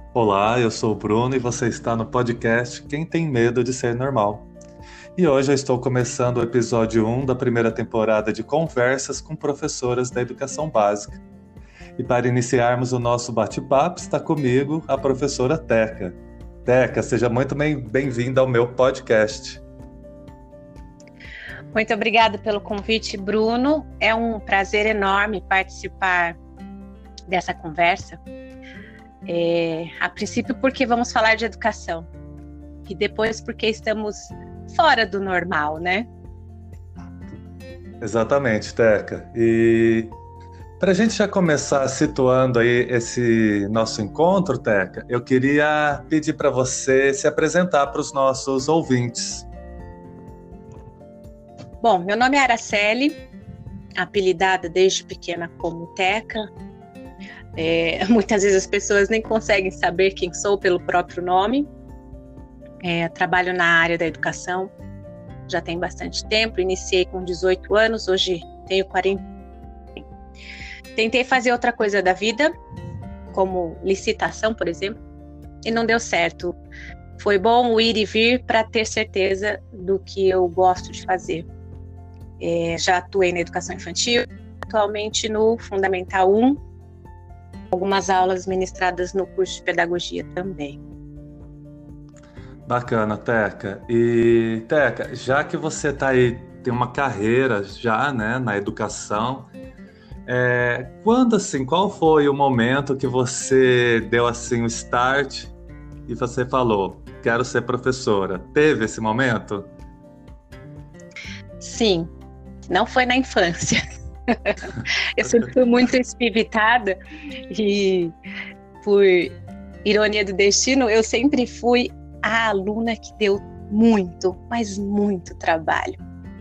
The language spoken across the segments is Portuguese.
Olá, eu sou o Bruno e você está no podcast Quem Tem Medo de Ser Normal. E hoje eu estou começando o episódio 1 da primeira temporada de Conversas com Professoras da Educação Básica. E para iniciarmos o nosso bate-papo, está comigo a professora Teca. Teca, seja muito bem-vinda ao meu podcast. Muito obrigada pelo convite, Bruno. É um prazer enorme participar dessa conversa. A princípio porque vamos falar de educação e depois porque estamos fora do normal, né? Exatamente, Teca. E para a gente já começar situando aí esse nosso encontro, Teca, eu queria pedir para você se apresentar para os nossos ouvintes. Bom, meu nome é Araceli, apelidada desde pequena como Teca. Muitas vezes as pessoas nem conseguem saber quem sou pelo próprio nome. Trabalho na área da educação, já tem bastante tempo, iniciei com 18 anos, hoje tenho 40. Tentei fazer outra coisa da vida, como licitação, por exemplo, e não deu certo. Foi bom o ir e vir para ter certeza do que eu gosto de fazer. Já atuei na educação infantil, atualmente no Fundamental 1, algumas aulas ministradas no curso de pedagogia também. Bacana, Teca. E, Teca, já que você tá aí, tem uma carreira já, né, na educação, qual foi o momento que você deu, assim, o start e você falou, quero ser professora? Teve esse momento? Sim, não foi na infância. Eu sempre fui muito espivitada e, por ironia do destino, eu sempre fui a aluna que deu muito, mas muito trabalho.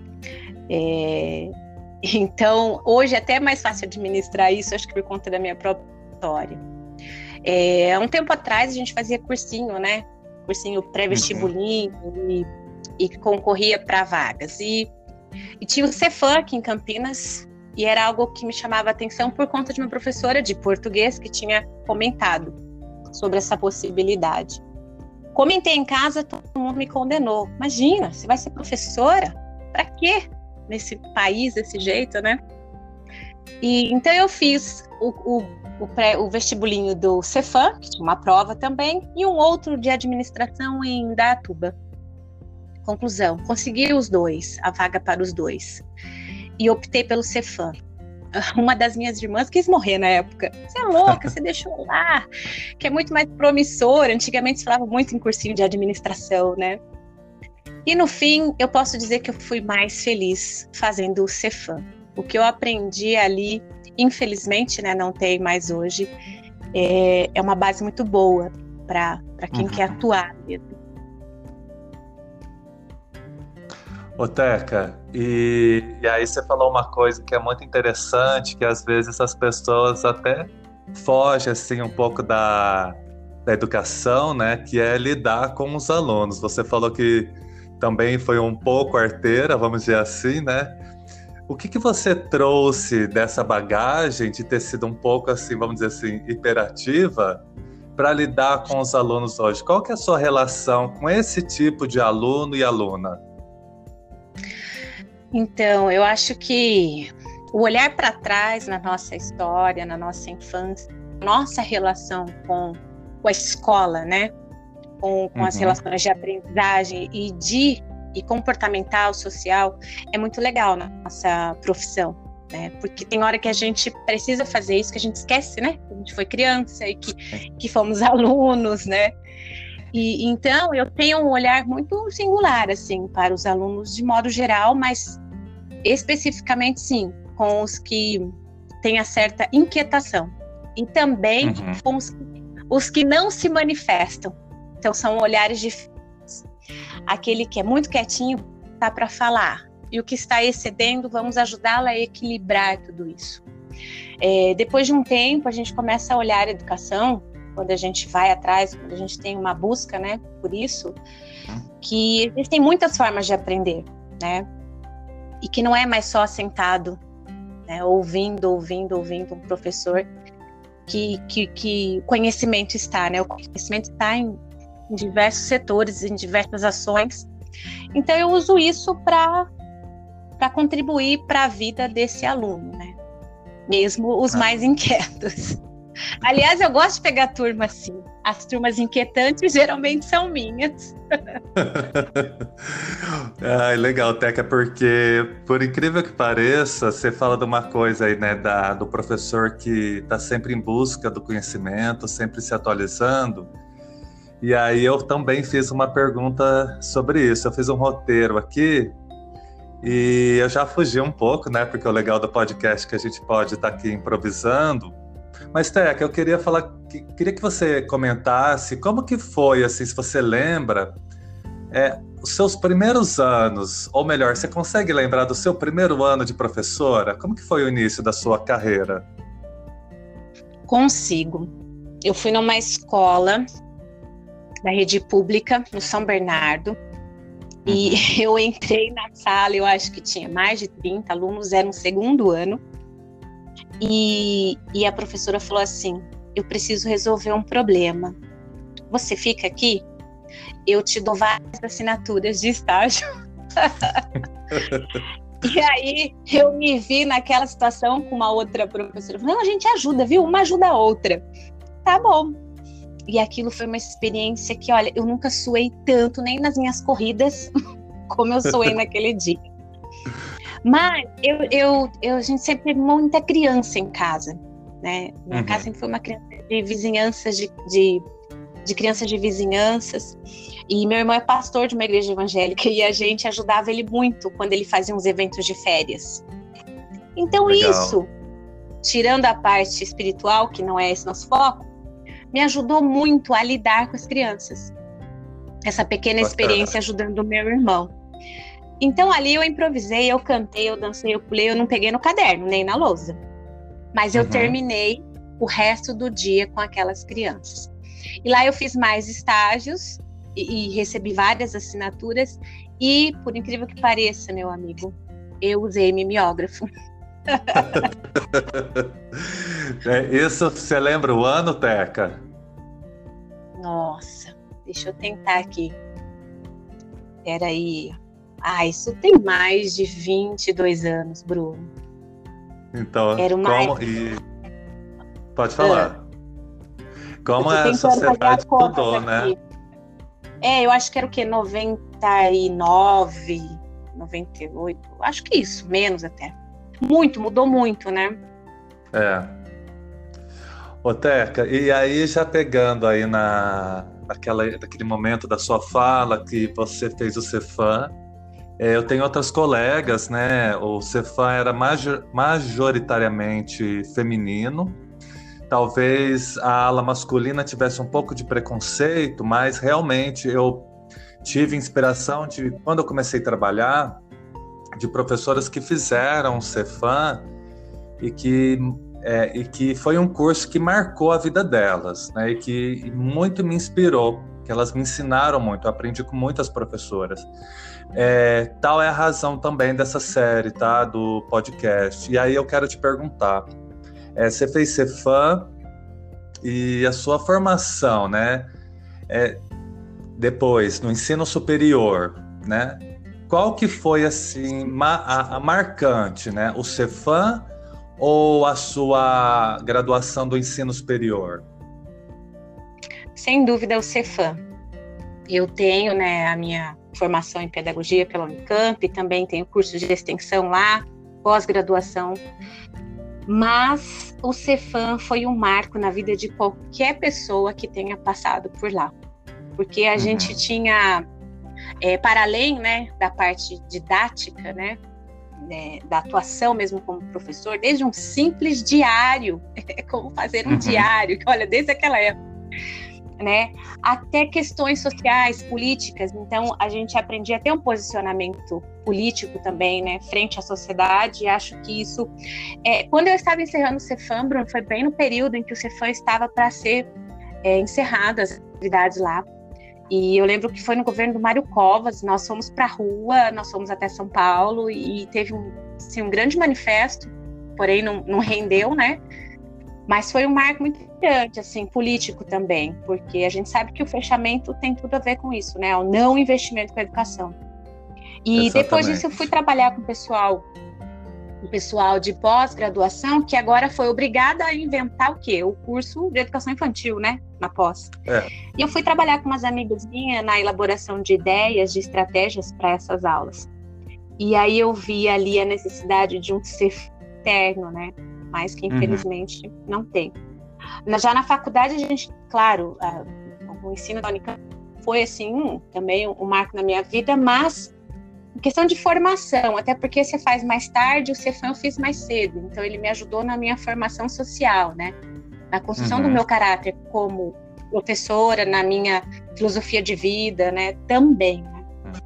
Então, hoje até é mais fácil administrar isso, acho que por conta da minha própria história. Um tempo atrás a gente fazia cursinho, né? Cursinho pré-vestibulinho e concorria para vagas. E tinha o Cefam aqui em Campinas, e era algo que me chamava a atenção por conta de uma professora de português que tinha comentado sobre essa possibilidade. Comentei em casa, todo mundo me condenou. Imagina, você vai ser professora? Para quê? Nesse país, desse jeito, né? E então eu fiz o vestibulinho do Cefam, que tinha uma prova também, e um outro de administração em Indaiatuba. Conclusão, consegui os dois, a vaga para os dois. E optei pelo Cefam. Uma das minhas irmãs quis morrer na época. Você é louca, você deixou lá, que é muito mais promissor. Antigamente se falava muito em cursinho de administração, né? E no fim, eu posso dizer que eu fui mais feliz fazendo o Cefam. O que eu aprendi ali, infelizmente, né, não tem mais hoje, é uma base muito boa para quem quer atuar mesmo. Ô, Teca, e aí você falou uma coisa que é muito interessante, que às vezes as pessoas até fogem assim, um pouco da educação, né? Que é lidar com os alunos. Você falou que também foi um pouco arteira, vamos dizer assim, né? O que você trouxe dessa bagagem de ter sido um pouco assim, vamos dizer assim, hiperativa para lidar com os alunos hoje? Qual que é a sua relação com esse tipo de aluno e aluna? Então, eu acho que o olhar para trás na nossa história, na nossa infância, nossa relação com a escola, né? Com as relações de aprendizagem e comportamental, social, é muito legal na nossa profissão, né? Porque tem hora que a gente precisa fazer isso, que a gente esquece, né? Que a gente foi criança e que fomos alunos, né? E então eu tenho um olhar muito singular assim para os alunos de modo geral, mas especificamente sim com os que têm a certa inquietação e também com os que não se manifestam. Então são olhares diferentes. Aquele que é muito quietinho tá para falar e o que está excedendo, vamos ajudá-la a equilibrar tudo isso. Depois de um tempo a gente começa a olhar a educação, quando a gente vai atrás, quando a gente tem uma busca, né, por isso, que existem muitas formas de aprender, né, e que não é mais só sentado, né, ouvindo um professor, que o conhecimento está, né? O conhecimento está em diversos setores, em diversas ações. Então, eu uso isso para contribuir para a vida desse aluno, né? Mesmo os mais inquietos. Aliás, eu gosto de pegar turma assim. As turmas inquietantes geralmente são minhas. Legal, Teca, porque, por incrível que pareça, você fala de uma coisa aí, né, do professor que está sempre em busca do conhecimento, sempre se atualizando. E aí eu também fiz uma pergunta sobre isso. Eu fiz um roteiro aqui e eu já fugi um pouco, né, porque o legal do podcast é que a gente pode estar aqui improvisando. Mas, Teca, eu queria queria que você comentasse como que foi, assim, se você lembra, os seus primeiros anos, ou melhor, você consegue lembrar do seu primeiro ano de professora? Como que foi o início da sua carreira? Consigo. Eu fui numa escola da rede pública, no São Bernardo, e eu entrei na sala, eu acho que tinha mais de 30 alunos, era no segundo ano, e a professora falou assim: eu preciso resolver um problema. Você fica aqui? Eu te dou várias assinaturas de estágio. E aí eu me vi naquela situação com uma outra professora. Não, a gente ajuda, viu? Uma ajuda a outra. Tá bom. E aquilo foi uma experiência que, olha, eu nunca suei tanto, nem nas minhas corridas, como eu suei naquele dia. Mas a gente sempre teve muita criança em casa, né? Minha casa sempre foi uma criança de vizinhanças, de crianças de vizinhanças. E meu irmão é pastor de uma igreja evangélica e a gente ajudava ele muito quando ele fazia uns eventos de férias. Então legal. Isso, tirando a parte espiritual, que não é esse nosso foco, me ajudou muito a lidar com as crianças. Essa pequena experiência ajudando o meu irmão. Então ali eu improvisei, eu cantei, eu dancei, eu pulei, eu não peguei no caderno, nem na lousa. Mas eu terminei o resto do dia com aquelas crianças. E lá eu fiz mais estágios e recebi várias assinaturas. E, por incrível que pareça, meu amigo, eu usei mimeógrafo. Isso, você lembra o ano, Teca? Nossa, deixa eu tentar aqui. Peraí. Isso tem mais de 22 anos, Bruno. Então, era uma... Pode falar. Como a sociedade mudou, né? Eu acho que era o quê? 99, 98, acho que isso, menos até. Mudou muito, né? Ô, Teca, e aí já pegando aí naquele momento da sua fala que você fez o Cefam, eu tenho outras colegas, né? O Cefam era majoritariamente feminino. Talvez a ala masculina tivesse um pouco de preconceito, mas realmente eu tive inspiração quando eu comecei a trabalhar, de professoras que fizeram o Cefam e que foi um curso que marcou a vida delas, né? E que muito me inspirou, que elas me ensinaram muito, eu aprendi com muitas professoras. Tal é a razão também dessa série, tá? Do podcast. E aí eu quero te perguntar, você fez Cefam e a sua formação, né? Depois, no ensino superior, né? Qual que foi, assim, a marcante, né? O Cefam ou a sua graduação do ensino superior? Sem dúvida, o Cefam. Eu tenho, né, a minha formação em pedagogia pela Unicamp, e também tenho curso de extensão lá, pós-graduação. Mas o Cefam foi um marco na vida de qualquer pessoa que tenha passado por lá. Porque a gente tinha, para além, né, da parte didática, né, da atuação mesmo como professor, desde um simples diário, como fazer um diário, olha, desde aquela época, né, até questões sociais, políticas. Então a gente aprendia a ter um posicionamento político também, né, frente à sociedade. E acho que isso, quando eu estava encerrando o Cefam, Bruno, foi bem no período em que o Cefam estava para ser encerrado as atividades lá. E eu lembro que foi no governo do Mário Covas, nós fomos para a rua, nós fomos até São Paulo e teve um grande manifesto, porém não rendeu, né? Mas foi um marco muito importante, assim, político também, porque a gente sabe que o fechamento tem tudo a ver com isso, né? O não investimento com a educação. E depois disso eu fui trabalhar com o pessoal de pós-graduação, que agora foi obrigada a inventar o quê? O curso de educação infantil, né? Na pós. E eu fui trabalhar com umas amigas minhas na elaboração de ideias, de estratégias para essas aulas. E aí eu vi ali a necessidade de um ser interno, né? Mas que infelizmente não tem. Já na faculdade a gente, claro, o ensino da Unicamp foi assim, também um marco na minha vida, mas questão de formação, até porque você faz mais tarde, o Cefam eu fiz mais cedo, então ele me ajudou na minha formação social, né? Na construção do meu caráter como professora, na minha filosofia de vida, né? Também, né?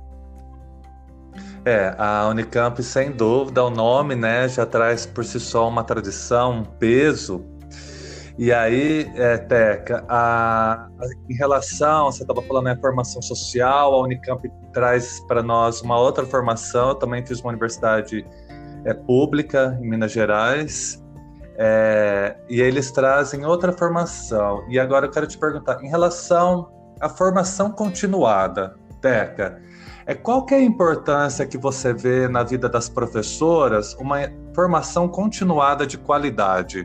A Unicamp, sem dúvida, o nome, né, já traz por si só uma tradição, um peso. E aí, Teca, em relação, você estava falando, formação social, a Unicamp traz para nós uma outra formação. Eu também fiz uma universidade pública em Minas Gerais, e eles trazem outra formação. E agora eu quero te perguntar, em relação à formação continuada, Teca, qual que é a importância que você vê na vida das professoras uma formação continuada de qualidade?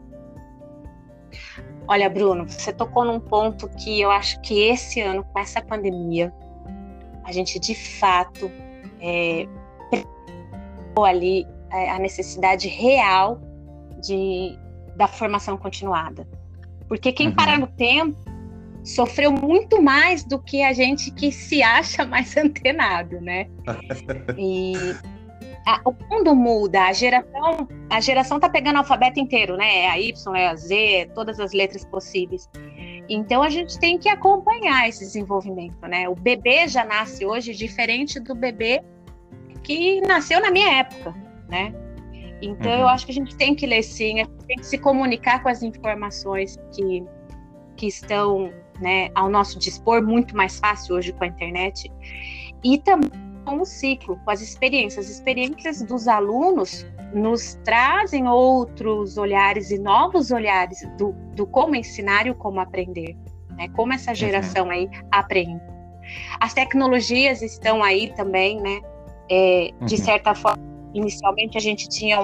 Olha, Bruno, você tocou num ponto que eu acho que esse ano, com essa pandemia, a gente de fato pegou ali a necessidade real da formação continuada. Porque quem para no tempo sofreu muito mais do que a gente que se acha mais antenado, né? E o mundo muda, a geração tá pegando o alfabeto inteiro, né? A Y, a Z, todas as letras possíveis. Então a gente tem que acompanhar esse desenvolvimento, né? O bebê já nasce hoje diferente do bebê que nasceu na minha época, né? Então eu acho que a gente tem que ler sim, a gente tem que se comunicar com as informações que estão, né, ao nosso dispor, muito mais fácil hoje com a internet, e também com o ciclo, com as experiências. As experiências dos alunos nos trazem outros olhares e novos olhares do como ensinar e o como aprender, né? Como essa geração aí aprende. As tecnologias estão aí também, né? De certa forma, inicialmente a gente tinha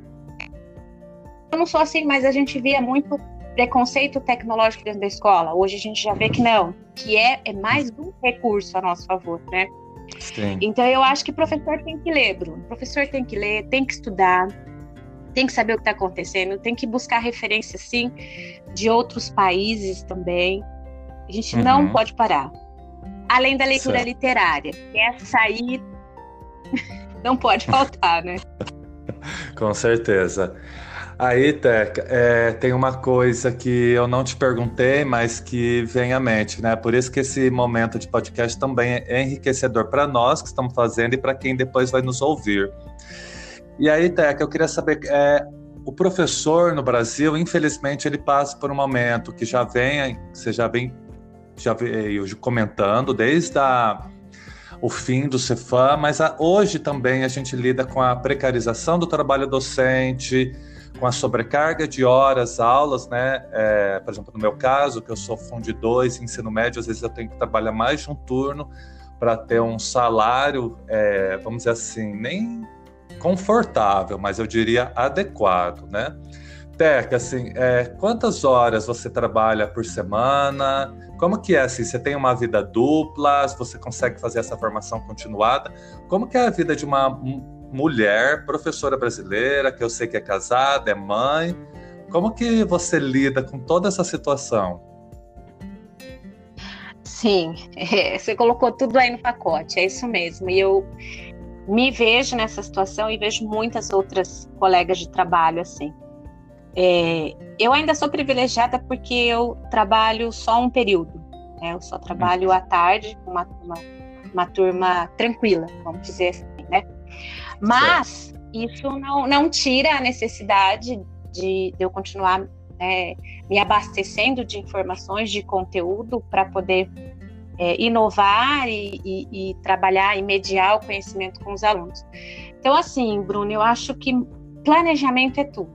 eu não sou assim, mas a gente via muito preconceito tecnológico dentro da escola. Hoje a gente já vê que não, que é mais um recurso a nosso favor, né? Sim. Então eu acho que o professor tem que ler, Bruno. O professor tem que ler, tem que estudar, tem que saber o que está acontecendo, tem que buscar referência, sim, de outros países também. A gente não pode parar. Além da leitura literária, que essa aí não pode faltar, né? Com certeza. Aí, Teca, tem uma coisa que eu não te perguntei, mas que vem à mente, né? Por isso que esse momento de podcast também é enriquecedor para nós que estamos fazendo e para quem depois vai nos ouvir. E aí, Teca, eu queria saber, o professor no Brasil, infelizmente, ele passa por um momento que você já veio comentando desde o fim do Cefam, mas hoje também a gente lida com a precarização do trabalho docente, com a sobrecarga de horas, aulas, né? Por exemplo, no meu caso, que eu sou Fundi 2, ensino médio, às vezes eu tenho que trabalhar mais de um turno para ter um salário, vamos dizer assim, nem confortável, mas eu diria adequado, né? Teca, assim, quantas horas você trabalha por semana? Como que é, assim, você tem uma vida dupla? Você consegue fazer essa formação continuada? Como que é a vida de uma mulher, professora brasileira, que eu sei que é casada, é mãe? Como que você lida com toda essa situação? Sim, você colocou tudo aí no pacote, é isso mesmo. E eu me vejo nessa situação e vejo muitas outras colegas de trabalho assim. Eu ainda sou privilegiada porque eu trabalho só um período, né? Eu só trabalho à tarde, uma turma tranquila, vamos dizer assim, né? Mas isso não tira a necessidade de eu continuar me abastecendo de informações, de conteúdo para poder inovar e trabalhar e mediar o conhecimento com os alunos. Então, assim, Bruno, eu acho que planejamento é tudo.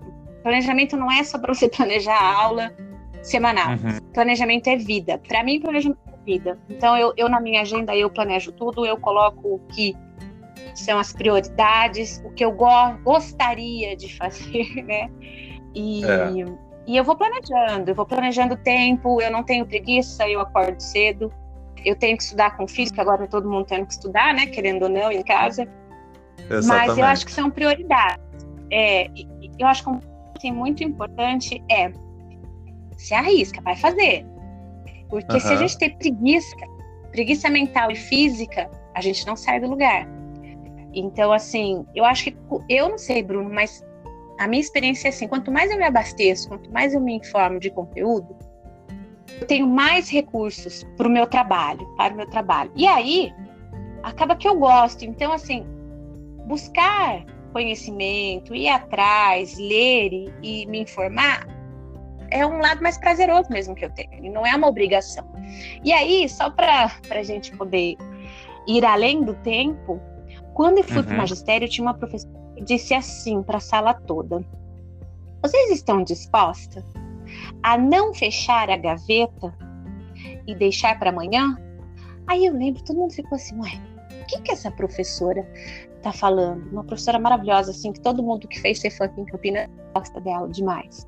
Planejamento não é só para você planejar a aula semanal. Planejamento é vida. Para mim, planejamento é vida. Então, eu na minha agenda, eu planejo tudo, eu coloco o que são as prioridades, o que eu gostaria de fazer, né? E eu vou planejando o tempo, eu não tenho preguiça, eu acordo cedo, eu tenho que estudar com o filho, que agora todo mundo tendo que estudar, né? Querendo ou não, em casa. Exatamente. Mas eu acho que são prioridades. Eu acho que assim, muito importante se arrisca, vai fazer. Porque se a gente tem preguiça mental e física, a gente não sai do lugar. Então, assim, eu acho que, eu não sei, Bruno, mas a minha experiência é assim, quanto mais eu me abasteço, quanto mais eu me informo de conteúdo, eu tenho mais recursos para o meu trabalho. E aí, acaba que eu gosto. Então, assim, buscar conhecimento, ir atrás, ler e me informar, é um lado mais prazeroso mesmo que eu tenho, e não é uma obrigação. E aí, só para a gente poder ir além do tempo, quando eu fui para o magistério, tinha uma professora que disse assim para a sala toda: vocês estão dispostas a não fechar a gaveta e deixar para amanhã? Aí eu lembro, todo mundo ficou assim, ué, o que essa professora tá falando? Uma professora maravilhosa, assim, que todo mundo que fez CFAM em Campinas gosta dela demais.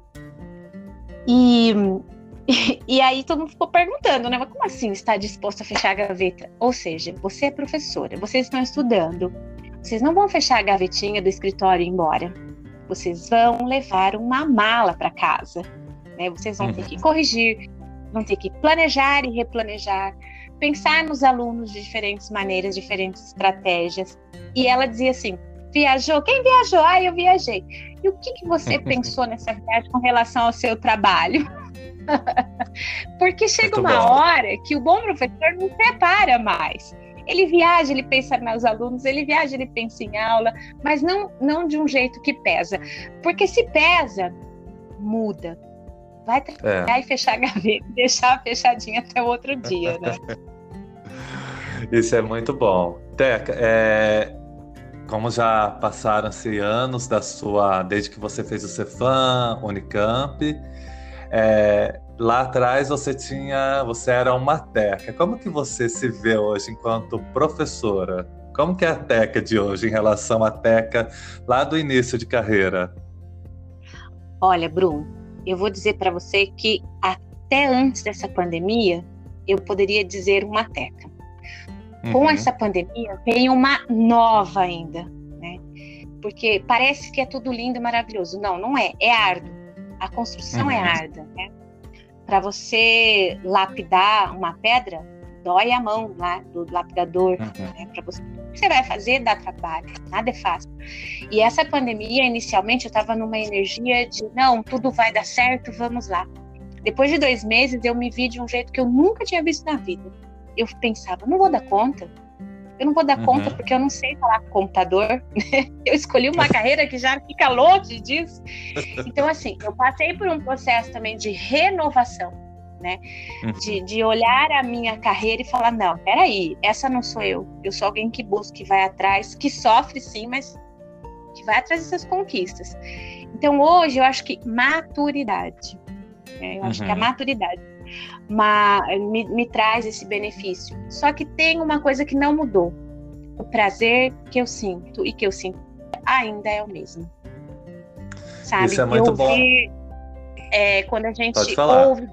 E aí todo mundo ficou perguntando, né? Mas como assim está disposto a fechar a gaveta? Ou seja, você é professora, vocês estão estudando, vocês não vão fechar a gavetinha do escritório e ir embora. Vocês vão levar uma mala para casa, né? Vocês vão ter que corrigir, vão ter que planejar e replanejar, pensar nos alunos de diferentes maneiras, diferentes estratégias. E ela dizia assim: viajou? Quem viajou? Ah, eu viajei. E o que você pensou nessa viagem com relação ao seu trabalho? Porque chega uma hora que o bom professor não prepara mais. Ele viaja, ele pensa nos alunos, ele viaja, ele pensa em aula, mas não de um jeito que pesa. Porque se pesa, muda. Vai trabalhar e fechar a gaveta, deixar fechadinha até o outro dia, né? Isso é muito bom. Teca, como já passaram-se anos desde que você fez o Cefam, Unicamp, lá atrás você era uma Teca. Como que você se vê hoje enquanto professora? Como que é a Teca de hoje em relação à Teca lá do início de carreira? Olha, Bruno, eu vou dizer para você que até antes dessa pandemia, eu poderia dizer uma Teca. Com essa pandemia, veio uma nova ainda, né? Porque parece que é tudo lindo e maravilhoso. Não, não é. É árduo. A construção é árdua, né? Para você lapidar uma pedra, dói a mão lá do lapidador. Né? Para você, o que você vai fazer dá trabalho. Nada é fácil. E essa pandemia, inicialmente, eu estava numa energia de, não, tudo vai dar certo, vamos lá. Depois de 2 meses, eu me vi de um jeito que eu nunca tinha visto na vida. Eu pensava, não vou dar conta. Eu não vou dar conta porque eu não sei falar com computador. Né? Eu escolhi uma carreira que já fica longe disso. Então, assim, eu passei por um processo também de renovação, né? De olhar a minha carreira e falar, não, peraí, essa não sou eu. Eu sou alguém que busca, que vai atrás, que sofre sim, mas que vai atrás dessas conquistas. Então, hoje, eu acho que maturidade. Né? Eu acho que a maturidade me traz esse benefício. Só que tem uma coisa que não mudou. O prazer que eu sinto ainda é o mesmo. Sabe? Isso é muito bom. Quando a gente ouve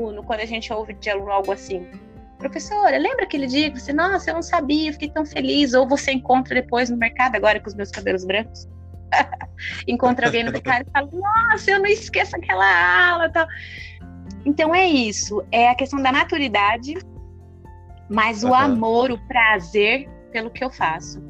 de aluno algo assim, professora, lembra aquele dia que você, nossa, eu não sabia, eu fiquei tão feliz. Ou você encontra depois no mercado, agora com os meus cabelos brancos, encontra alguém no mercado e fala, nossa, eu não esqueço aquela aula e tal. Então é isso, é a questão da maturidade, mas o amor, o prazer pelo que eu faço.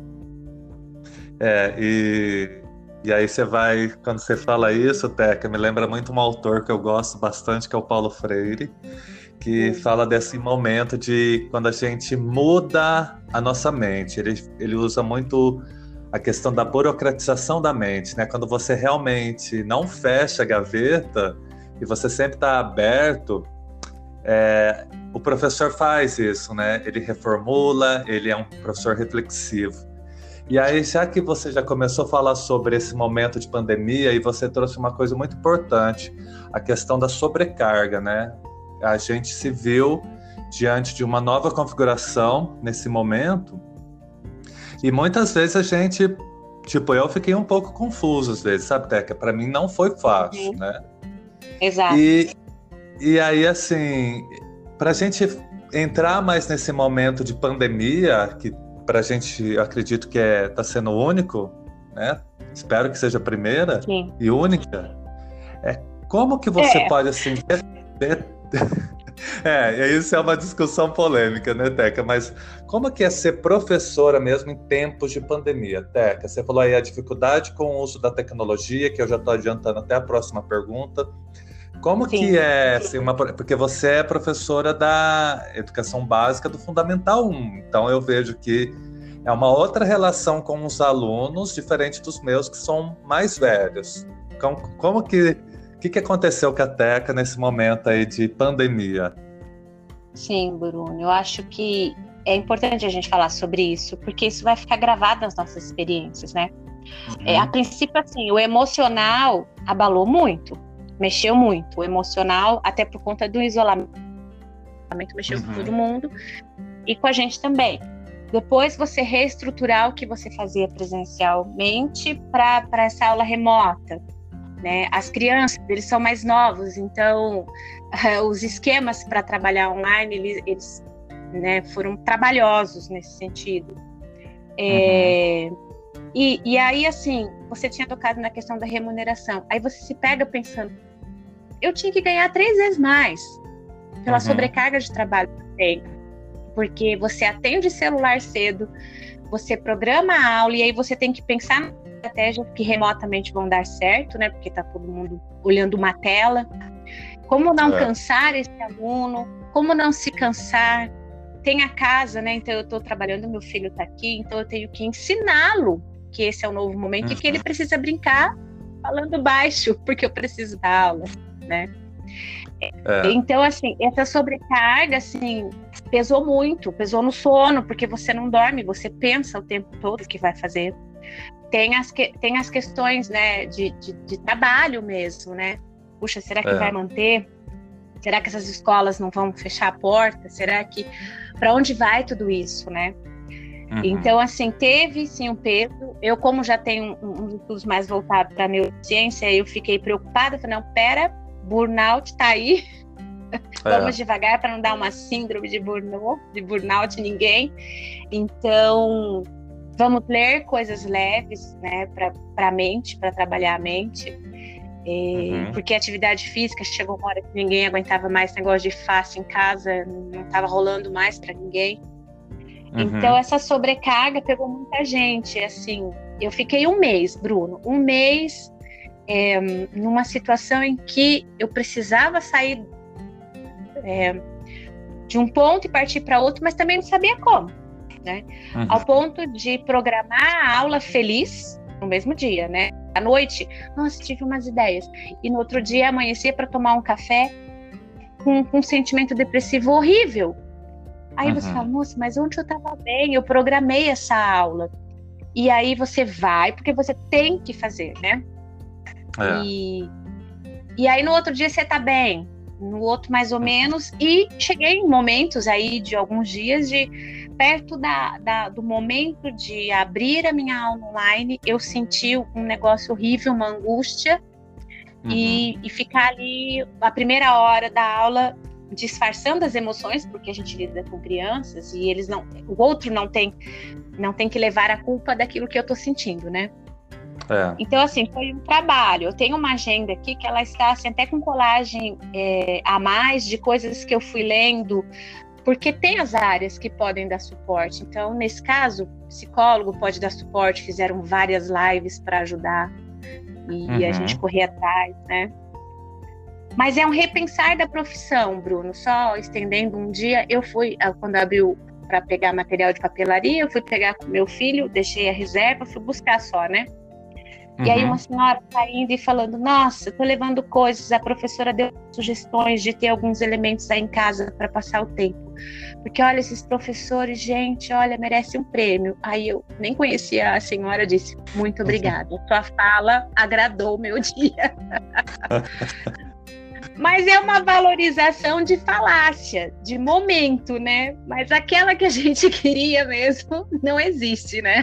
E aí você vai, quando você fala isso, Teca, me lembra muito um autor que eu gosto bastante, que é o Paulo Freire, que fala desse momento de quando a gente muda a nossa mente. Ele usa muito a questão da burocratização da mente, né? Quando você realmente não fecha a gaveta e você sempre está aberto, o professor faz isso, né? Ele reformula, ele é um professor reflexivo. E aí, já que você já começou a falar sobre esse momento de pandemia, e você trouxe uma coisa muito importante, a questão da sobrecarga, né? A gente se viu diante de uma nova configuração nesse momento, e muitas vezes a gente, tipo, eu fiquei um pouco confuso às vezes, sabe, Teca? Para mim não foi fácil, né? Exato. E aí, assim, para a gente entrar mais nesse momento de pandemia, que para a gente, eu acredito que está sendo único, né? Espero que seja a primeira Sim. e única. Como que você pode, assim... Isso é uma discussão polêmica, né, Teca? Mas como que é ser professora mesmo em tempos de pandemia, Teca? Você falou aí a dificuldade com o uso da tecnologia, que eu já estou adiantando até a próxima pergunta. Como Sim. que é, assim, porque você é professora da educação básica do Fundamental 1, então eu vejo que é uma outra relação com os alunos, diferente dos meus, que são mais velhos. Então, como que aconteceu com a Teca nesse momento aí de pandemia? Sim, Bruno, eu acho que é importante a gente falar sobre isso, porque isso vai ficar gravado nas nossas experiências, né? A princípio, assim, o emocional abalou muito, mexeu muito. O emocional, até por conta do isolamento, mexeu com todo mundo e com a gente também. Depois você reestruturar o que você fazia presencialmente para essa aula remota, né? As crianças, eles são mais novos, então os esquemas para trabalhar online, eles né, foram trabalhosos nesse sentido. E aí, assim, você tinha tocado na questão da remuneração. Aí você se pega pensando, eu tinha que ganhar 3 vezes mais pela sobrecarga de trabalho que eu tenho. Porque você atende celular cedo, você programa a aula e aí você tem que pensar na estratégia que remotamente vão dar certo, né? Porque tá todo mundo olhando uma tela. Como não cansar esse aluno, como não se cansar. Tem a casa, né? Então eu tô trabalhando, meu filho tá aqui, então eu tenho que ensiná-lo que esse é o novo momento e que ele precisa brincar falando baixo, porque eu preciso dar aula, né? Então, assim, essa sobrecarga, assim, pesou muito, pesou no sono, porque você não dorme, você pensa o tempo todo o que vai fazer. Tem as questões, né, de trabalho mesmo, né? Puxa, será que vai manter? Será que essas escolas não vão fechar a porta? Será que... Para onde vai tudo isso, né? Então, assim, teve sim um peso. Eu, como já tenho um estudos mais voltado para a neurociência, eu fiquei preocupada. Falei, não, burnout tá aí. Vamos devagar para não dar uma síndrome de burnout em ninguém. Então, vamos ler coisas leves, né, para a mente, para trabalhar a mente. Porque a atividade física chegou uma hora que ninguém aguentava mais esse negócio de fácil em casa, não estava rolando mais para ninguém. Então essa sobrecarga pegou muita gente, assim, eu fiquei um mês, Bruno, numa situação em que eu precisava sair de um ponto e partir para outro, mas também não sabia como, né? Ao ponto de programar a aula feliz no mesmo dia, né? À noite, nossa, tive umas ideias. E no outro dia amanhecia para tomar um café com um sentimento depressivo horrível. Aí você fala, nossa, mas onde eu estava bem? Eu programei essa aula. E aí você vai, porque você tem que fazer, né? E aí no outro dia você tá bem, no outro mais ou menos. E cheguei em momentos aí de alguns dias perto do momento de abrir a minha aula online, eu senti um negócio horrível, uma angústia, e ficar ali a primeira hora da aula disfarçando as emoções, porque a gente lida com crianças e o outro não tem que levar a culpa daquilo que eu tô sentindo, né? Então, assim, foi um trabalho. Eu tenho uma agenda aqui que ela está assim, até com colagem a mais de coisas que eu fui lendo, porque tem as áreas que podem dar suporte. Então, nesse caso, o psicólogo pode dar suporte, fizeram várias lives para ajudar e a gente correr atrás, né? Mas é um repensar da profissão, Bruno. Só estendendo, um dia eu fui, quando abriu para pegar material de papelaria, eu fui pegar com meu filho, deixei a reserva, fui buscar só, né? E aí uma senhora saindo e falando, nossa, tô levando coisas, a professora deu sugestões de ter alguns elementos aí em casa para passar o tempo. Porque olha, esses professores, gente, olha, merece um prêmio. Aí eu nem conhecia a senhora, disse, muito obrigada, sua fala agradou o meu dia. Mas é uma valorização de falácia, de momento, né? Mas aquela que a gente queria mesmo não existe, né?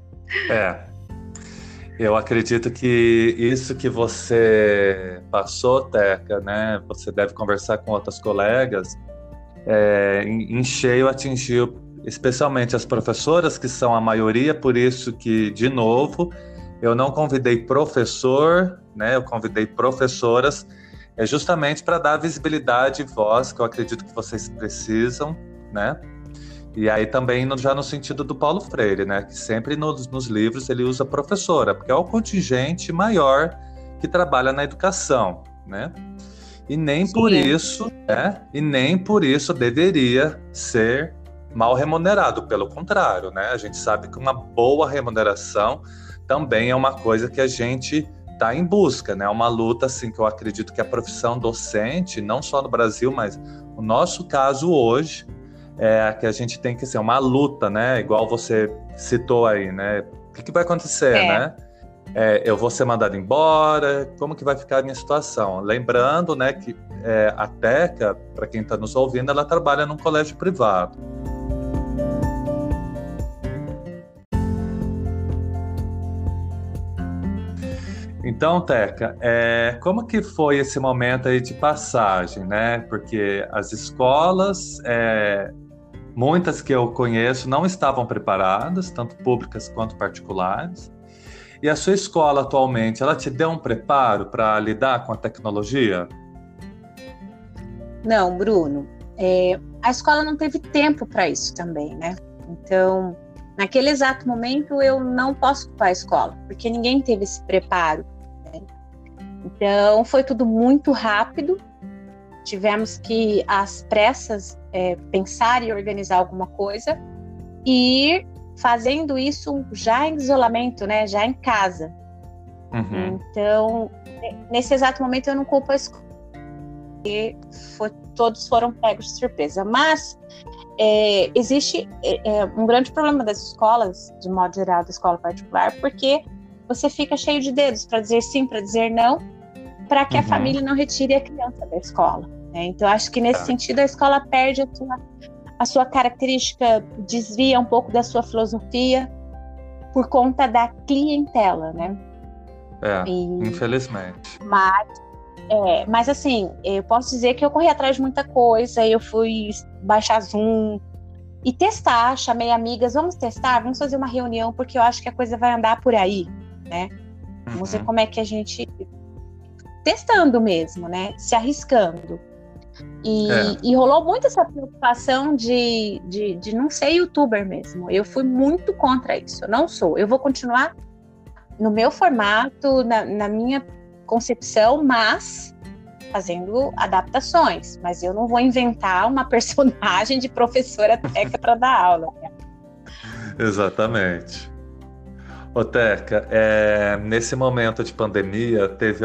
Eu acredito que isso que você passou, Teca, né? Você deve conversar com outras colegas, em cheio atingiu especialmente as professoras, que são a maioria, por isso que, de novo, eu não convidei professor, né? Eu convidei professoras, justamente para dar visibilidade e voz, que eu acredito que vocês precisam, né? E aí também já no sentido do Paulo Freire, né? Que sempre nos livros ele usa professora, porque é o contingente maior que trabalha na educação, né? E nem Sim. por isso, né? E nem por isso deveria ser mal remunerado, pelo contrário, né? A gente sabe que uma boa remuneração também é uma coisa que a gente está em busca, né? Uma luta, assim, que eu acredito que a profissão docente, não só no Brasil, mas o nosso caso hoje, é que a gente tem que ser uma luta, né? Igual você citou aí, né? O que vai acontecer, né? Eu vou ser mandado embora, como que vai ficar a minha situação? Lembrando, né, que a Teca, para quem está nos ouvindo, ela trabalha num colégio privado. Então, Teca, como que foi esse momento aí de passagem, né? Porque as escolas, muitas que eu conheço, não estavam preparadas, tanto públicas quanto particulares. E a sua escola atualmente, ela te deu um preparo para lidar com a tecnologia? Não, Bruno. A escola não teve tempo para isso também, né? Então, naquele exato momento, eu não posso culpar a escola, porque ninguém teve esse preparo, né? Então, foi tudo muito rápido. Tivemos que, às pressas, pensar e organizar alguma coisa e fazendo isso já em isolamento, né? Já em casa. Então, nesse exato momento, eu não culpo a escola, porque todos foram pegos de surpresa. Mas existe um grande problema das escolas, de modo geral, da escola particular, porque você fica cheio de dedos para dizer sim, para dizer não, para que a família não retire a criança da escola, né? Então, acho que nesse sentido a escola perde a sua característica, desvia um pouco da sua filosofia por conta da clientela, né? Infelizmente. Mas assim, eu posso dizer que eu corri atrás de muita coisa, eu fui baixar Zoom e testar, chamei amigas, vamos testar, vamos fazer uma reunião, porque eu acho que a coisa vai andar por aí, né? Vamos ver como é que a gente... Testando mesmo, né? Se arriscando. E rolou muito essa preocupação de não ser youtuber mesmo. Eu fui muito contra isso. Eu não sou. Eu vou continuar no meu formato, na minha concepção, mas fazendo adaptações. Mas eu não vou inventar uma personagem de professora Teca para dar aula. Exatamente. Ô, Teca, nesse momento de pandemia, teve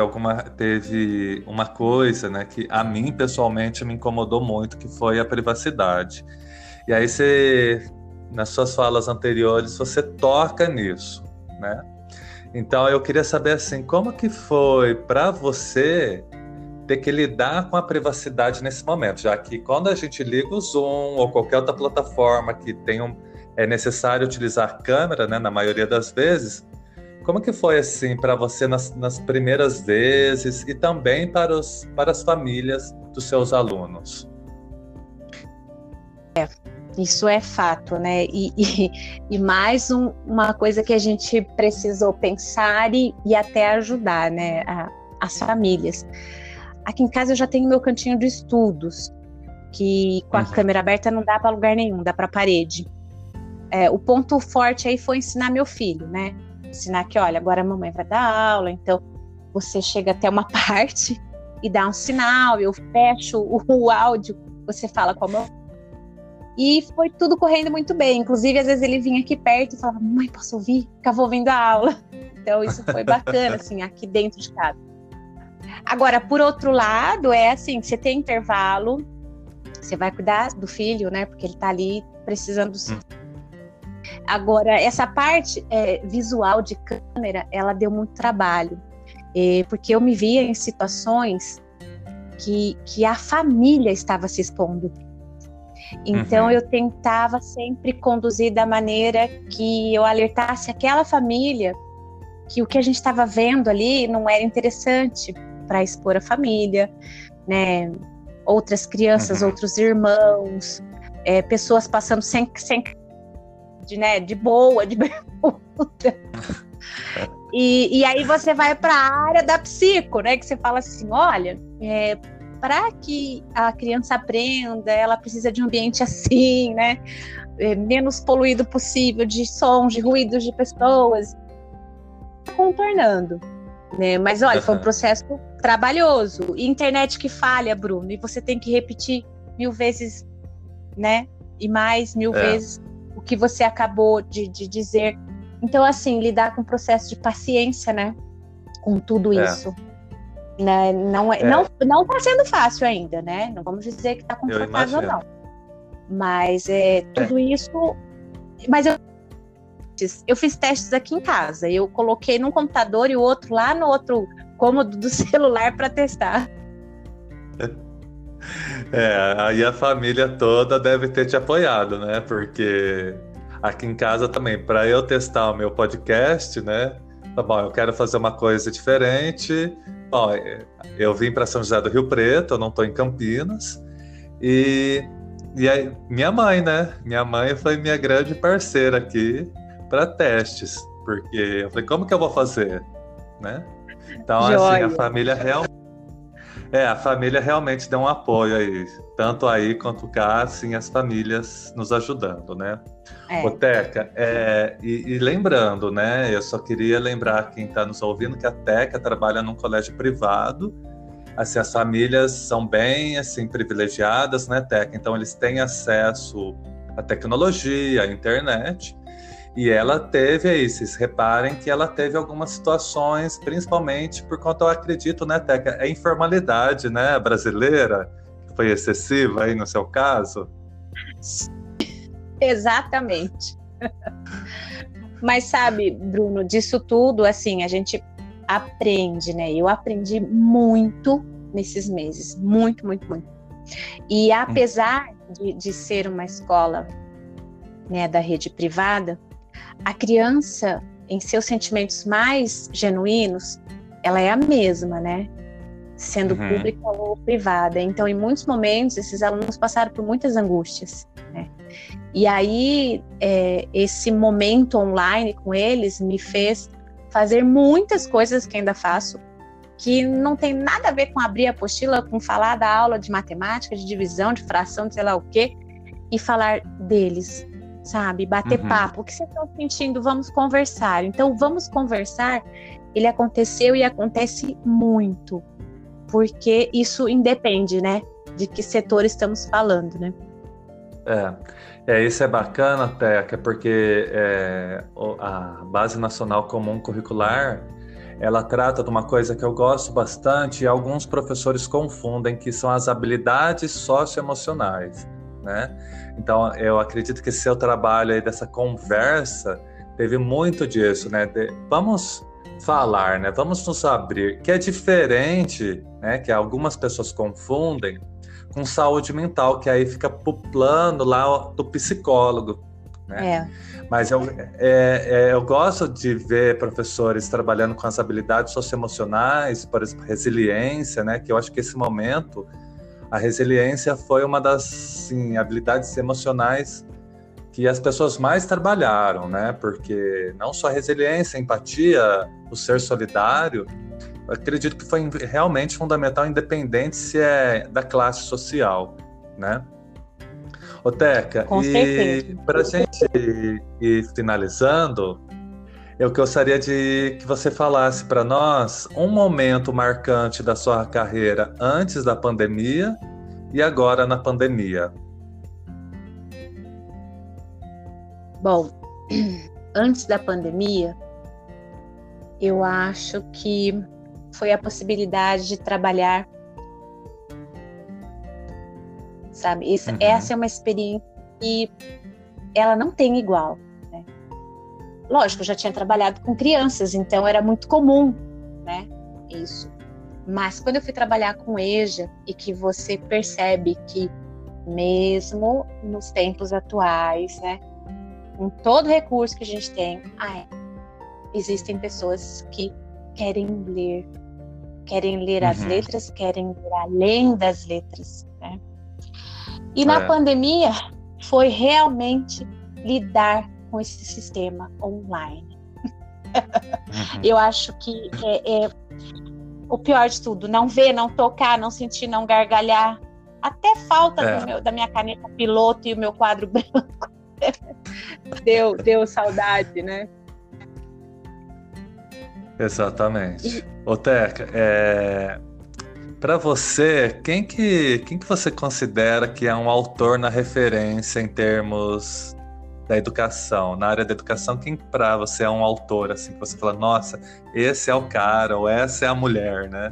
uma coisa, né, que a mim, pessoalmente, me incomodou muito, que foi a privacidade. E aí, nas suas falas anteriores, você toca nisso, né? Então, eu queria saber, assim, como que foi para você ter que lidar com a privacidade nesse momento, já que quando a gente liga o Zoom ou qualquer outra plataforma que é necessário utilizar câmera, né, na maioria das vezes. Como que foi assim para você nas primeiras vezes e também para as famílias dos seus alunos? Isso é fato, né? E mais uma coisa que a gente precisou pensar e até ajudar, né? As famílias. Aqui em casa eu já tenho meu cantinho de estudos, que com a câmera aberta não dá para lugar nenhum, dá para parede. O ponto forte aí foi ensinar meu filho, né? Ensinar que, olha, agora a mamãe vai dar aula, então você chega até uma parte e dá um sinal, eu fecho o áudio, você fala com a mão, E foi tudo correndo muito bem. Inclusive, às vezes ele vinha aqui perto e falava, mãe, posso ouvir? Ficava ouvindo a aula. Então, isso foi bacana, assim, aqui dentro de casa. Agora, por outro lado, é assim, você tem intervalo, você vai cuidar do filho, né? Porque ele tá ali precisando do seu. Agora, essa parte visual de câmera, ela deu muito trabalho. Porque eu me via em situações que a família estava se expondo. Então, eu tentava sempre conduzir da maneira que eu alertasse aquela família que o que a gente estava vendo ali não era interessante para expor a família, né? Outras crianças, outros irmãos, pessoas passando de boa, de bermuda. E aí você vai para a área da psico, né? Que você fala assim, olha, para que a criança aprenda, ela precisa de um ambiente assim, né? Menos poluído possível, de sons, de ruídos, de pessoas. Contornando, né? Mas olha, foi um processo trabalhoso. E internet que falha, Bruno, e você tem que repetir 1000 vezes, né? E mais 1000 vezes o que você acabou de dizer. Então, assim, lidar com o processo de paciência, né? Com tudo isso. Né? Não tá sendo fácil ainda, né? Não vamos dizer que tá confortável, não. Mas tudo isso. Mas eu fiz testes aqui em casa. Eu coloquei num computador e o outro lá no outro cômodo do celular para testar. Aí a família toda deve ter te apoiado, né? Porque aqui em casa também, para eu testar o meu podcast, né? Tá bom, eu quero fazer uma coisa diferente. Bom, eu vim para São José do Rio Preto, eu não estou em Campinas. E aí, minha mãe, né? Minha mãe foi minha grande parceira aqui para testes, porque eu falei, como que eu vou fazer, né? Então, assim, a família realmente deu um apoio aí, tanto aí quanto cá, assim, as famílias nos ajudando, né? Ô, Teca, e lembrando, né? Eu só queria lembrar quem está nos ouvindo que a Teca trabalha num colégio privado. Assim, as famílias são bem, assim, privilegiadas, né, Teca? Então, eles têm acesso à tecnologia, à internet. E ela teve aí, vocês reparem que ela teve algumas situações, principalmente por conta, eu acredito, né, Teca, a informalidade, né, brasileira, que foi excessiva aí no seu caso. Exatamente. Mas sabe, Bruno, disso tudo, assim, a gente aprende, né? Eu aprendi muito nesses meses, muito, muito, muito. E apesar de ser uma escola, né, da rede privada, a criança, em seus sentimentos mais genuínos, ela é a mesma, né? Sendo pública ou privada. Então, em muitos momentos, esses alunos passaram por muitas angústias, né? E aí, esse momento online com eles me fez fazer muitas coisas que ainda faço, que não tem nada a ver com abrir a apostila, com falar da aula de matemática, de divisão, de fração, de sei lá o quê, e falar deles, sabe? Bater papo. O que vocês estão sentindo? Vamos conversar. Então, vamos conversar. Ele aconteceu e acontece muito, porque isso independe, né? De que setor estamos falando, né? Isso é bacana, Teca, porque a Base Nacional Comum Curricular, ela trata de uma coisa que eu gosto bastante e alguns professores confundem, que são as habilidades socioemocionais, né? Então, eu acredito que esse seu trabalho aí dessa conversa teve muito disso, né? Vamos falar, né? Vamos nos abrir, que é diferente, né? Que algumas pessoas confundem com saúde mental, que aí fica pro plano lá do psicólogo, né? Mas eu gosto de ver professores trabalhando com as habilidades socioemocionais, por exemplo, resiliência, né? Que eu acho que esse momento, a resiliência foi uma das, sim, habilidades emocionais que as pessoas mais trabalharam, né? Porque não só a resiliência, a empatia, o ser solidário, eu acredito que foi realmente fundamental, independente se é da classe social, né? Ô, Teca, e para a gente ir finalizando, eu gostaria de que você falasse para nós um momento marcante da sua carreira antes da pandemia e agora na pandemia. Bom, antes da pandemia, eu acho que foi a possibilidade de trabalhar, sabe? Essa é uma experiência que ela não tem igual, né? Lógico, eu já tinha trabalhado com crianças, então era muito comum, né? Isso. Mas quando eu fui trabalhar com EJA e que você percebe que mesmo nos tempos atuais, né, com todo recurso que a gente tem, existem pessoas que querem ler as letras, querem ler além das letras, né? E na pandemia foi realmente lidar com esse sistema online. Eu acho que é o pior de tudo, não ver, não tocar, não sentir, não gargalhar. Até falta da minha caneta piloto e o meu quadro branco. deu saudade, né? Exatamente. Ô, Teca, para você, quem que você considera que é um autor na referência em termos da educação? Na área da educação, quem para você é um autor, assim, que você fala, nossa, esse é o cara, ou essa é a mulher, né?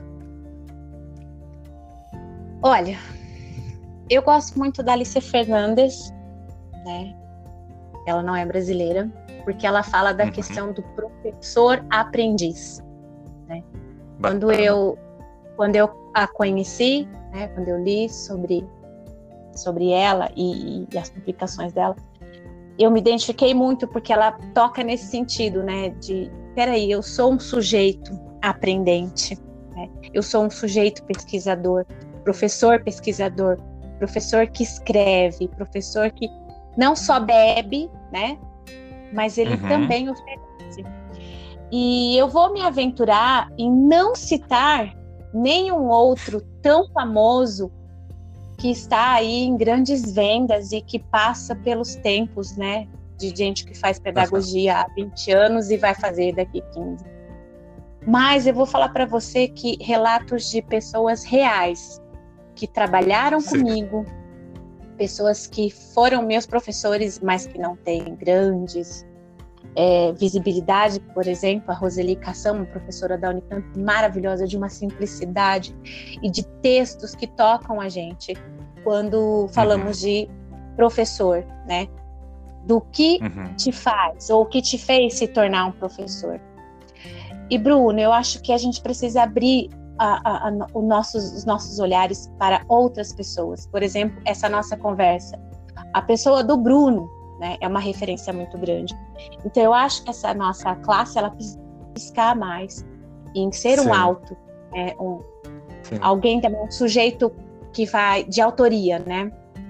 Olha, eu gosto muito da Alicia Fernandes, né? Ela não é brasileira, porque ela fala da questão do professor-aprendiz, né? Quando eu a conheci, né? Quando eu li sobre ela e as publicações dela, eu me identifiquei muito porque ela toca nesse sentido, né? De, peraí, eu sou um sujeito aprendente, né? Eu sou um sujeito pesquisador, professor pesquisador, professor que escreve, professor que não só bebe, né? Mas ele também oferece. E eu vou me aventurar em não citar nenhum outro tão famoso que está aí em grandes vendas e que passa pelos tempos, né, de gente que faz pedagogia há 20 anos e vai fazer daqui 15. Mas eu vou falar para você que relatos de pessoas reais que trabalharam comigo, pessoas que foram meus professores, mas que não têm grandes visibilidade, por exemplo, a Roseli Cassão, uma professora da Unicamp maravilhosa, de uma simplicidade e de textos que tocam a gente quando falamos de professor, né? Do que te faz ou o que te fez se tornar um professor. E Bruno, eu acho que a gente precisa abrir os nossos olhares para outras pessoas. Por exemplo, essa nossa conversa. A pessoa do Bruno, né, é uma referência muito grande. Então eu acho que essa nossa classe, ela precisa buscar mais em ser um auto, alguém também, um sujeito que vai de autoria, né?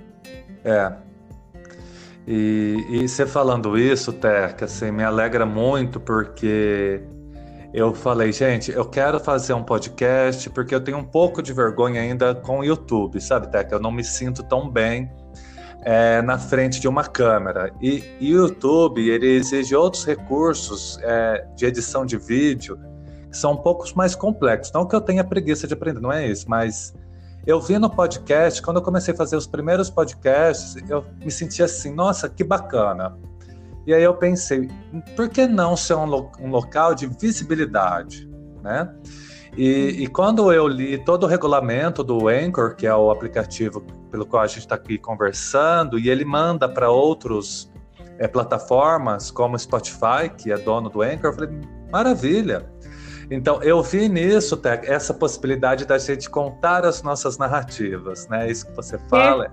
E você falando isso, Teca, assim, me alegra muito, porque eu falei, gente, eu quero fazer um podcast porque eu tenho um pouco de vergonha ainda com o YouTube, sabe, Teca? Eu não me sinto tão bem na frente de uma câmera. E o YouTube, ele exige outros recursos de edição de vídeo que são um pouco mais complexos. Não que eu tenha preguiça de aprender, não é isso, mas eu vi no podcast, quando eu comecei a fazer os primeiros podcasts, eu me senti assim, nossa, que bacana. E aí eu pensei, por que não ser um local de visibilidade, né? E quando eu li todo o regulamento do Anchor, que é o aplicativo pelo qual a gente está aqui conversando, e ele manda para outras plataformas, como Spotify, que é dono do Anchor, eu falei, maravilha. Então, eu vi nisso, Teca, essa possibilidade da gente contar as nossas narrativas, né? Isso que você fala.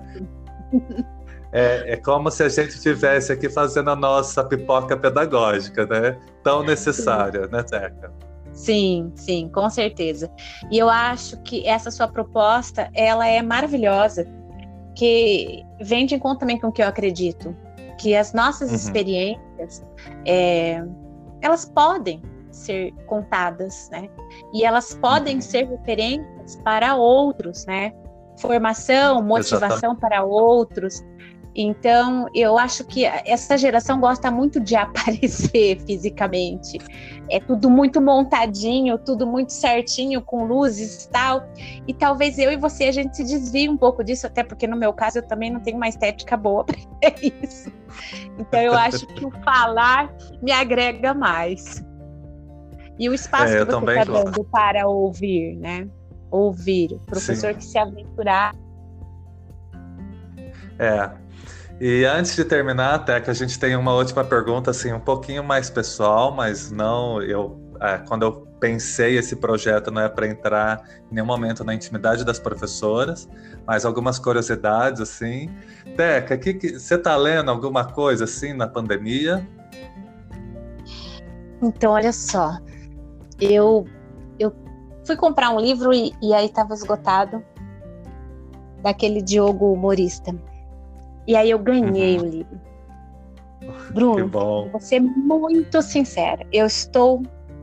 É como se a gente estivesse aqui fazendo a nossa pipoca pedagógica, né? Tão necessária, né, Teca? Sim, sim, com certeza. E eu acho que essa sua proposta, ela é maravilhosa, que vem de encontro também com o que eu acredito, que as nossas experiências, elas podem ser contadas, né? E elas podem ser referências para outros, né? Formação, motivação para outros. Então, eu acho que essa geração gosta muito de aparecer fisicamente. É tudo muito montadinho, tudo muito certinho, com luzes e tal. E talvez eu e você, a gente se desvie um pouco disso, até porque no meu caso eu também não tenho uma estética boa para isso. Então, eu acho que o falar me agrega mais. E o espaço que você está dando para ouvir, né? Ouvir, o professor que se aventurar. E antes de terminar, até que a gente tem uma última pergunta, assim, um pouquinho mais pessoal, mas não, quando eu pensei esse projeto não é para entrar em nenhum momento na intimidade das professoras, mas algumas curiosidades, assim. Teca, você está lendo alguma coisa, assim, na pandemia? Então, olha só, eu fui comprar um livro e aí estava esgotado, daquele Diogo humorista. E aí eu ganhei o livro. Bruno, vou ser muito sincera. Eu estou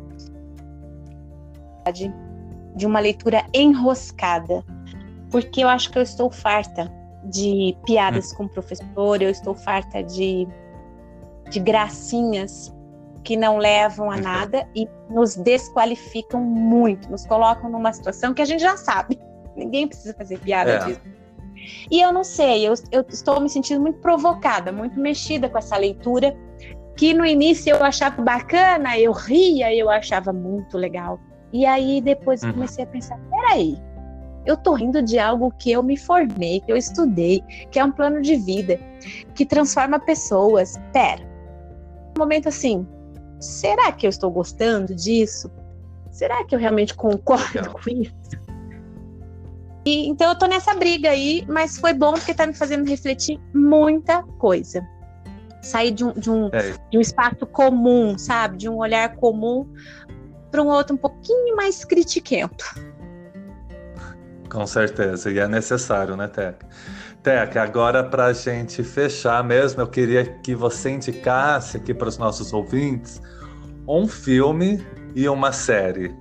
de uma leitura enroscada, porque eu acho que eu estou farta de piadas com o professor, eu estou farta de gracinhas que não levam a nada e nos desqualificam muito, nos colocam numa situação que a gente já sabe. Ninguém precisa fazer piada disso. E eu não sei, eu estou me sentindo muito provocada, muito mexida com essa leitura, que no início eu achava bacana, eu ria, eu achava muito legal. E aí depois eu comecei a pensar, peraí, eu tô rindo de algo que eu me formei, que eu estudei, que é um plano de vida, que transforma pessoas. Um momento assim, será que eu estou gostando disso? Será que eu realmente concordo com isso? Então eu tô nessa briga aí, mas foi bom porque tá me fazendo refletir muita coisa. Sair de um espaço comum, sabe? De um olhar comum para um outro um pouquinho mais critiquento. Com certeza, e é necessário, né, Teca? Teca, agora pra gente fechar mesmo, eu queria que você indicasse aqui para os nossos ouvintes um filme e uma série.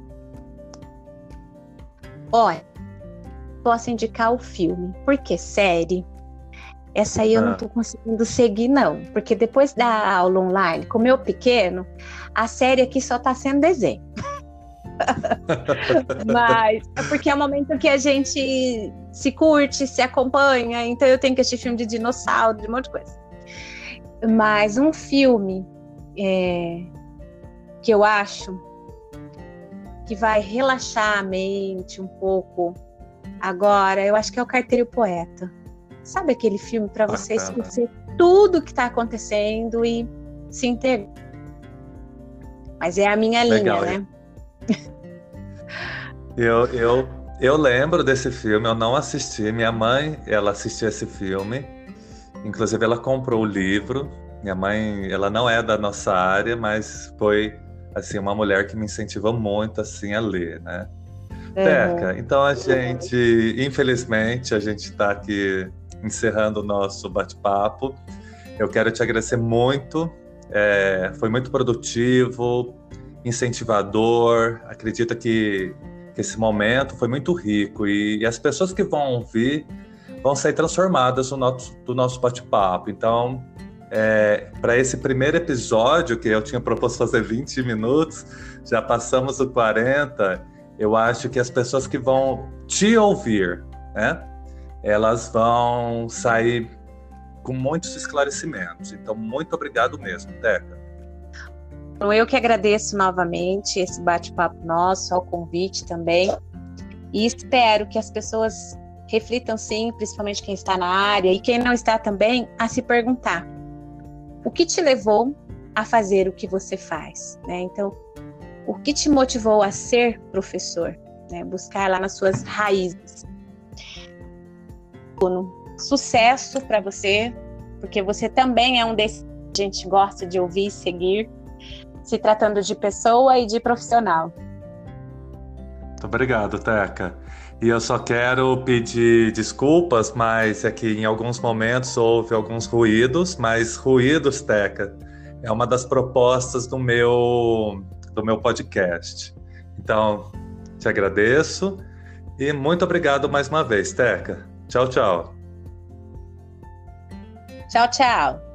Olha, posso indicar o filme, porque série, essa aí eu não tô conseguindo seguir não, porque depois da aula online, com o meu pequeno, a série aqui só tá sendo desenho. Mas é porque é o momento que a gente se curte, se acompanha, então eu tenho que assistir filme de dinossauro, de um monte de coisa. Mas um filme que eu acho que vai relaxar a mente um pouco agora, eu acho que é o Carteiro e o Poeta. Sabe aquele filme para você esquecer tudo que está acontecendo e se integrar? Mas é a minha linha, né? Eu lembro desse filme, eu não assisti. Minha mãe, ela assistiu esse filme. Inclusive, ela comprou o livro. Minha mãe, ela não é da nossa área, mas foi assim uma mulher que me incentivou muito assim a ler, né? Teca, então a gente, infelizmente, a gente está aqui encerrando o nosso bate-papo. Eu quero te agradecer muito. Foi muito produtivo, incentivador. Acredito que esse momento foi muito rico e as pessoas que vão ouvir vão sair transformadas do nosso bate-papo. Então, para esse primeiro episódio, que eu tinha proposto fazer 20 minutos, já passamos o 40, eu acho que as pessoas que vão te ouvir, né, elas vão sair com muitos esclarecimentos. Então, muito obrigado mesmo, Teca. Eu que agradeço novamente esse bate-papo nosso, ao convite também, e espero que as pessoas reflitam sim, principalmente quem está na área e quem não está também, a se perguntar o que te levou a fazer o que você faz, né? Então, o que te motivou a ser professor, né? Buscar lá nas suas raízes. Sucesso para você, porque você também é um desses que a gente gosta de ouvir e seguir, se tratando de pessoa e de profissional. Muito obrigado, Teca. E eu só quero pedir desculpas, mas é que em alguns momentos houve alguns ruídos, mas ruídos, Teca, é uma das propostas do meu podcast. Então, te agradeço e muito obrigado mais uma vez, Teca. Tchau, tchau. Tchau, tchau.